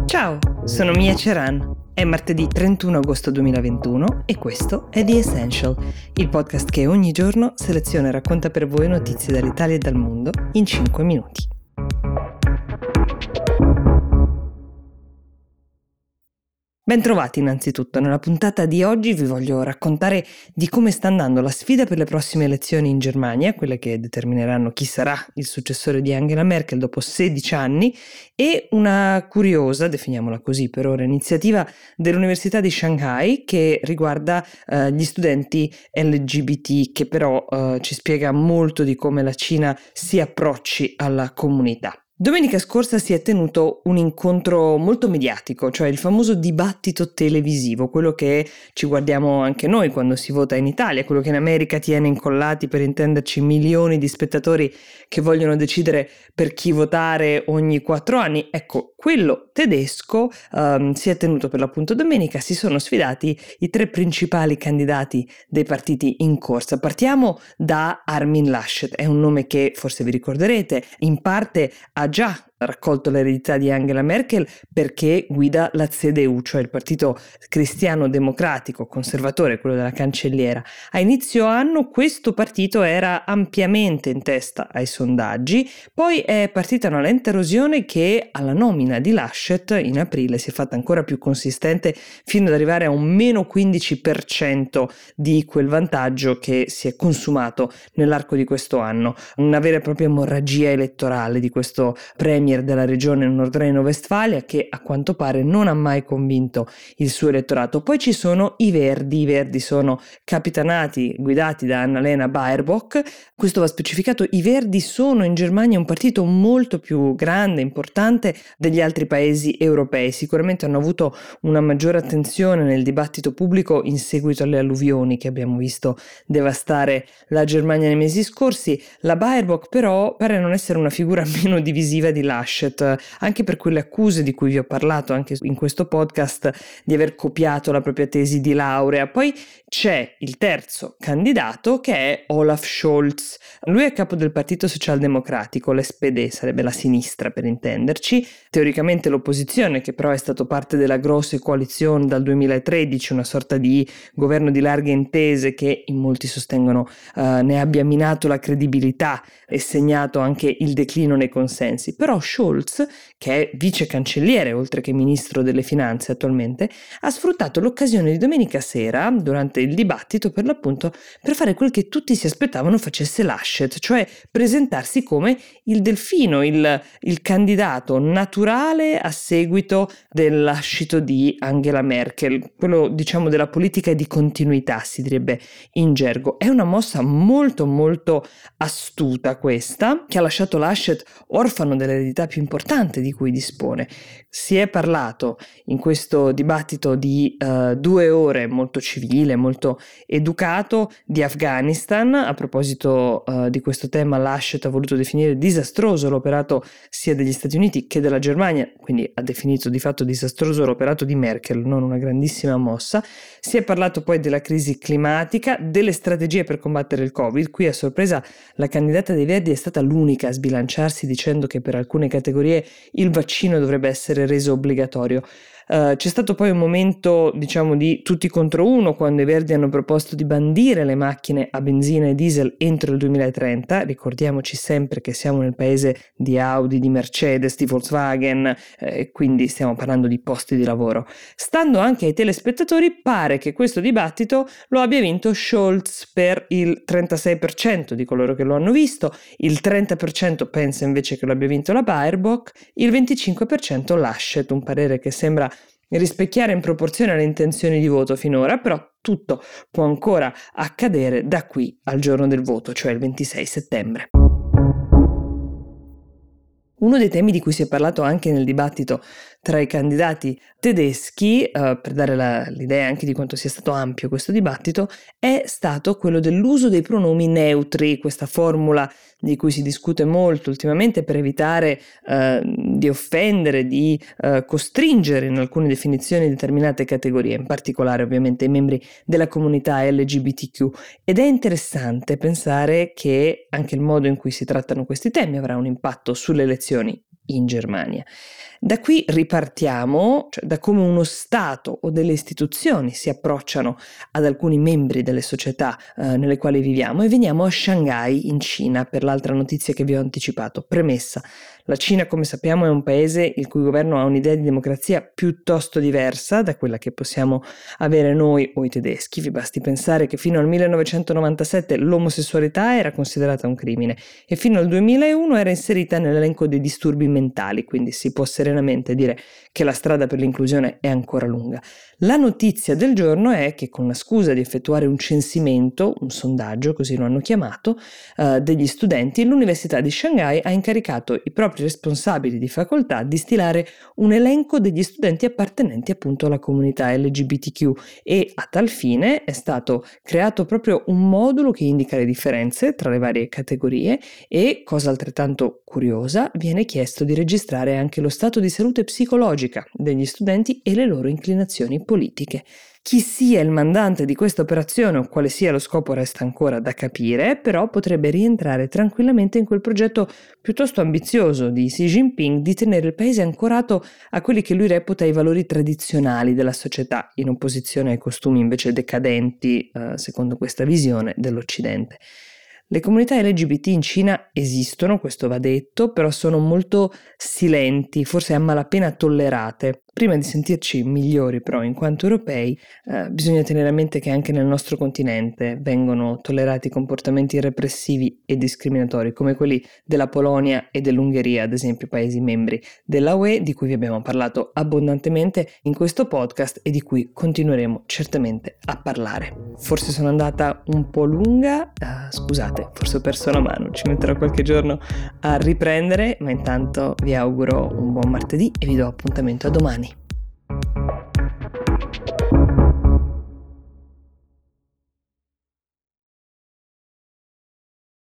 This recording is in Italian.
Ciao, sono Mia Ceran. È martedì 31 agosto 2021 e questo è The Essential, il podcast che ogni giorno seleziona e racconta per voi notizie dall'Italia e dal mondo in 5 minuti. Bentrovati innanzitutto. Nella puntata di oggi vi voglio raccontare di come sta andando la sfida per le prossime elezioni in Germania, quelle che determineranno chi sarà il successore di Angela Merkel dopo 16 anni, e una curiosa, definiamola così per ora, iniziativa dell'Università di Shanghai che riguarda gli studenti LGBT, che però ci spiega molto di come la Cina si approcci alla comunità. Domenica scorsa si è tenuto un incontro molto mediatico, cioè il famoso dibattito televisivo, quello che ci guardiamo anche noi quando si vota in Italia, quello che in America tiene incollati, per intenderci, milioni di spettatori che vogliono decidere per chi votare ogni 4 anni. Ecco, quello tedesco si è tenuto per l'appunto domenica. Si sono sfidati i 3 principali candidati dei partiti in corsa. Partiamo da Armin Laschet, è un nome che forse vi ricorderete, in parte ha già raccolto l'eredità di Angela Merkel perché guida la CDU, cioè il partito cristiano democratico conservatore, quello della cancelliera. A inizio anno questo partito era ampiamente in testa ai sondaggi, poi è partita una lenta erosione che alla nomina di Laschet in aprile si è fatta ancora più consistente fino ad arrivare a un meno 15% di quel vantaggio che si è consumato nell'arco di questo anno. Una vera e propria emorragia elettorale di questo premier della regione Nord Reno-Westfalia che a quanto pare non ha mai convinto il suo elettorato. Poi ci sono i Verdi sono capitanati, guidati da Annalena Baerbock. Questo va specificato: i Verdi sono in Germania un partito molto più grande, importante degli altri paesi europei, sicuramente hanno avuto una maggiore attenzione nel dibattito pubblico in seguito alle alluvioni che abbiamo visto devastare la Germania nei mesi scorsi. La Baerbock però pare non essere una figura meno divisiva di Laschet, anche per quelle accuse di cui vi ho parlato anche in questo podcast di aver copiato la propria tesi di laurea. Poi c'è il terzo candidato che è Olaf Scholz. Lui è capo del Partito Socialdemocratico, l'SPD, sarebbe la sinistra per intenderci, teoricamente l'opposizione, che però è stato parte della grosse coalizione dal 2013, una sorta di governo di larghe intese che in molti sostengono ne abbia minato la credibilità e segnato anche il declino nei consensi. Però Scholz, che è vice cancelliere oltre che ministro delle finanze attualmente, ha sfruttato l'occasione di domenica sera durante il dibattito per l'appunto per fare quel che tutti si aspettavano facesse Laschet, cioè presentarsi come il delfino, il candidato naturale a seguito del lascito di Angela Merkel, quello diciamo della politica di continuità si direbbe in gergo. È una mossa molto molto astuta questa, che ha lasciato Laschet orfano dell'eredità più importante di cui dispone. Si è parlato in questo dibattito di 2 ore, molto civile, molto educato, di Afghanistan. A proposito di questo tema, Laschet ha voluto definire disastroso l'operato sia degli Stati Uniti che della Germania, quindi ha definito di fatto disastroso l'operato di Merkel, non una grandissima mossa. Si è parlato poi della crisi climatica, delle strategie per combattere il Covid. Qui a sorpresa la candidata dei Verdi è stata l'unica a sbilanciarsi dicendo che per alcune categorie il vaccino dovrebbe essere reso obbligatorio. C'è stato poi un momento, diciamo, di tutti contro uno quando i Verdi hanno proposto di bandire le macchine a benzina e diesel entro il 2030. Ricordiamoci sempre che siamo nel paese di Audi, di Mercedes, di Volkswagen, quindi stiamo parlando di posti di lavoro. Stando anche ai telespettatori, pare che questo dibattito lo abbia vinto Scholz per il 36% di coloro che lo hanno visto, il 30% pensa invece che lo abbia vinto la Baerbock, il 25% Laschet, un parere che sembra rispecchiare in proporzione alle intenzioni di voto finora, però tutto può ancora accadere da qui al giorno del voto, cioè il 26 settembre. Uno dei temi di cui si è parlato anche nel dibattito tra i candidati tedeschi, per dare l'idea anche di quanto sia stato ampio questo dibattito, è stato quello dell'uso dei pronomi neutri, questa formula di cui si discute molto ultimamente per evitare di offendere, di costringere in alcune definizioni determinate categorie, in particolare ovviamente i membri della comunità LGBTQ. Ed è interessante pensare che anche il modo in cui si trattano questi temi avrà un impatto sulle elezioni in Germania. Da qui ripartiamo, cioè da come uno Stato o delle istituzioni si approcciano ad alcuni membri delle società nelle quali viviamo, e veniamo a Shanghai in Cina per l'altra notizia che vi ho anticipato. Premessa: la Cina, come sappiamo, è un paese il cui governo ha un'idea di democrazia piuttosto diversa da quella che possiamo avere noi o i tedeschi. Vi basti pensare che fino al 1997 l'omosessualità era considerata un crimine e fino al 2001 era inserita nell'elenco dei disturbi mentali, quindi si può serenamente dire che la strada per l'inclusione è ancora lunga. La notizia del giorno è che, con la scusa di effettuare un censimento, un sondaggio, così lo hanno chiamato, degli studenti, l'Università di Shanghai ha incaricato i propri responsabili di facoltà di stilare un elenco degli studenti appartenenti appunto alla comunità LGBTQ, e a tal fine è stato creato proprio un modulo che indica le differenze tra le varie categorie e, cosa altrettanto curiosa, viene chiesto di registrare anche lo stato di salute psicologica degli studenti e le loro inclinazioni politiche. Chi sia il mandante di questa operazione o quale sia lo scopo resta ancora da capire, però potrebbe rientrare tranquillamente in quel progetto piuttosto ambizioso di Xi Jinping di tenere il paese ancorato a quelli che lui reputa i valori tradizionali della società, in opposizione ai costumi invece decadenti, secondo questa visione, dell'Occidente. Le comunità LGBT in Cina esistono, questo va detto, però sono molto silenti, forse a malapena tollerate. Prima di sentirci migliori però in quanto europei, bisogna tenere a mente che anche nel nostro continente vengono tollerati comportamenti repressivi e discriminatori come quelli della Polonia e dell'Ungheria, ad esempio paesi membri della UE, di cui vi abbiamo parlato abbondantemente in questo podcast e di cui continueremo certamente a parlare. Forse sono andata un po' lunga, scusate, forse ho perso la mano, ci metterò qualche giorno a riprendere, ma intanto vi auguro un buon martedì e vi do appuntamento a domani.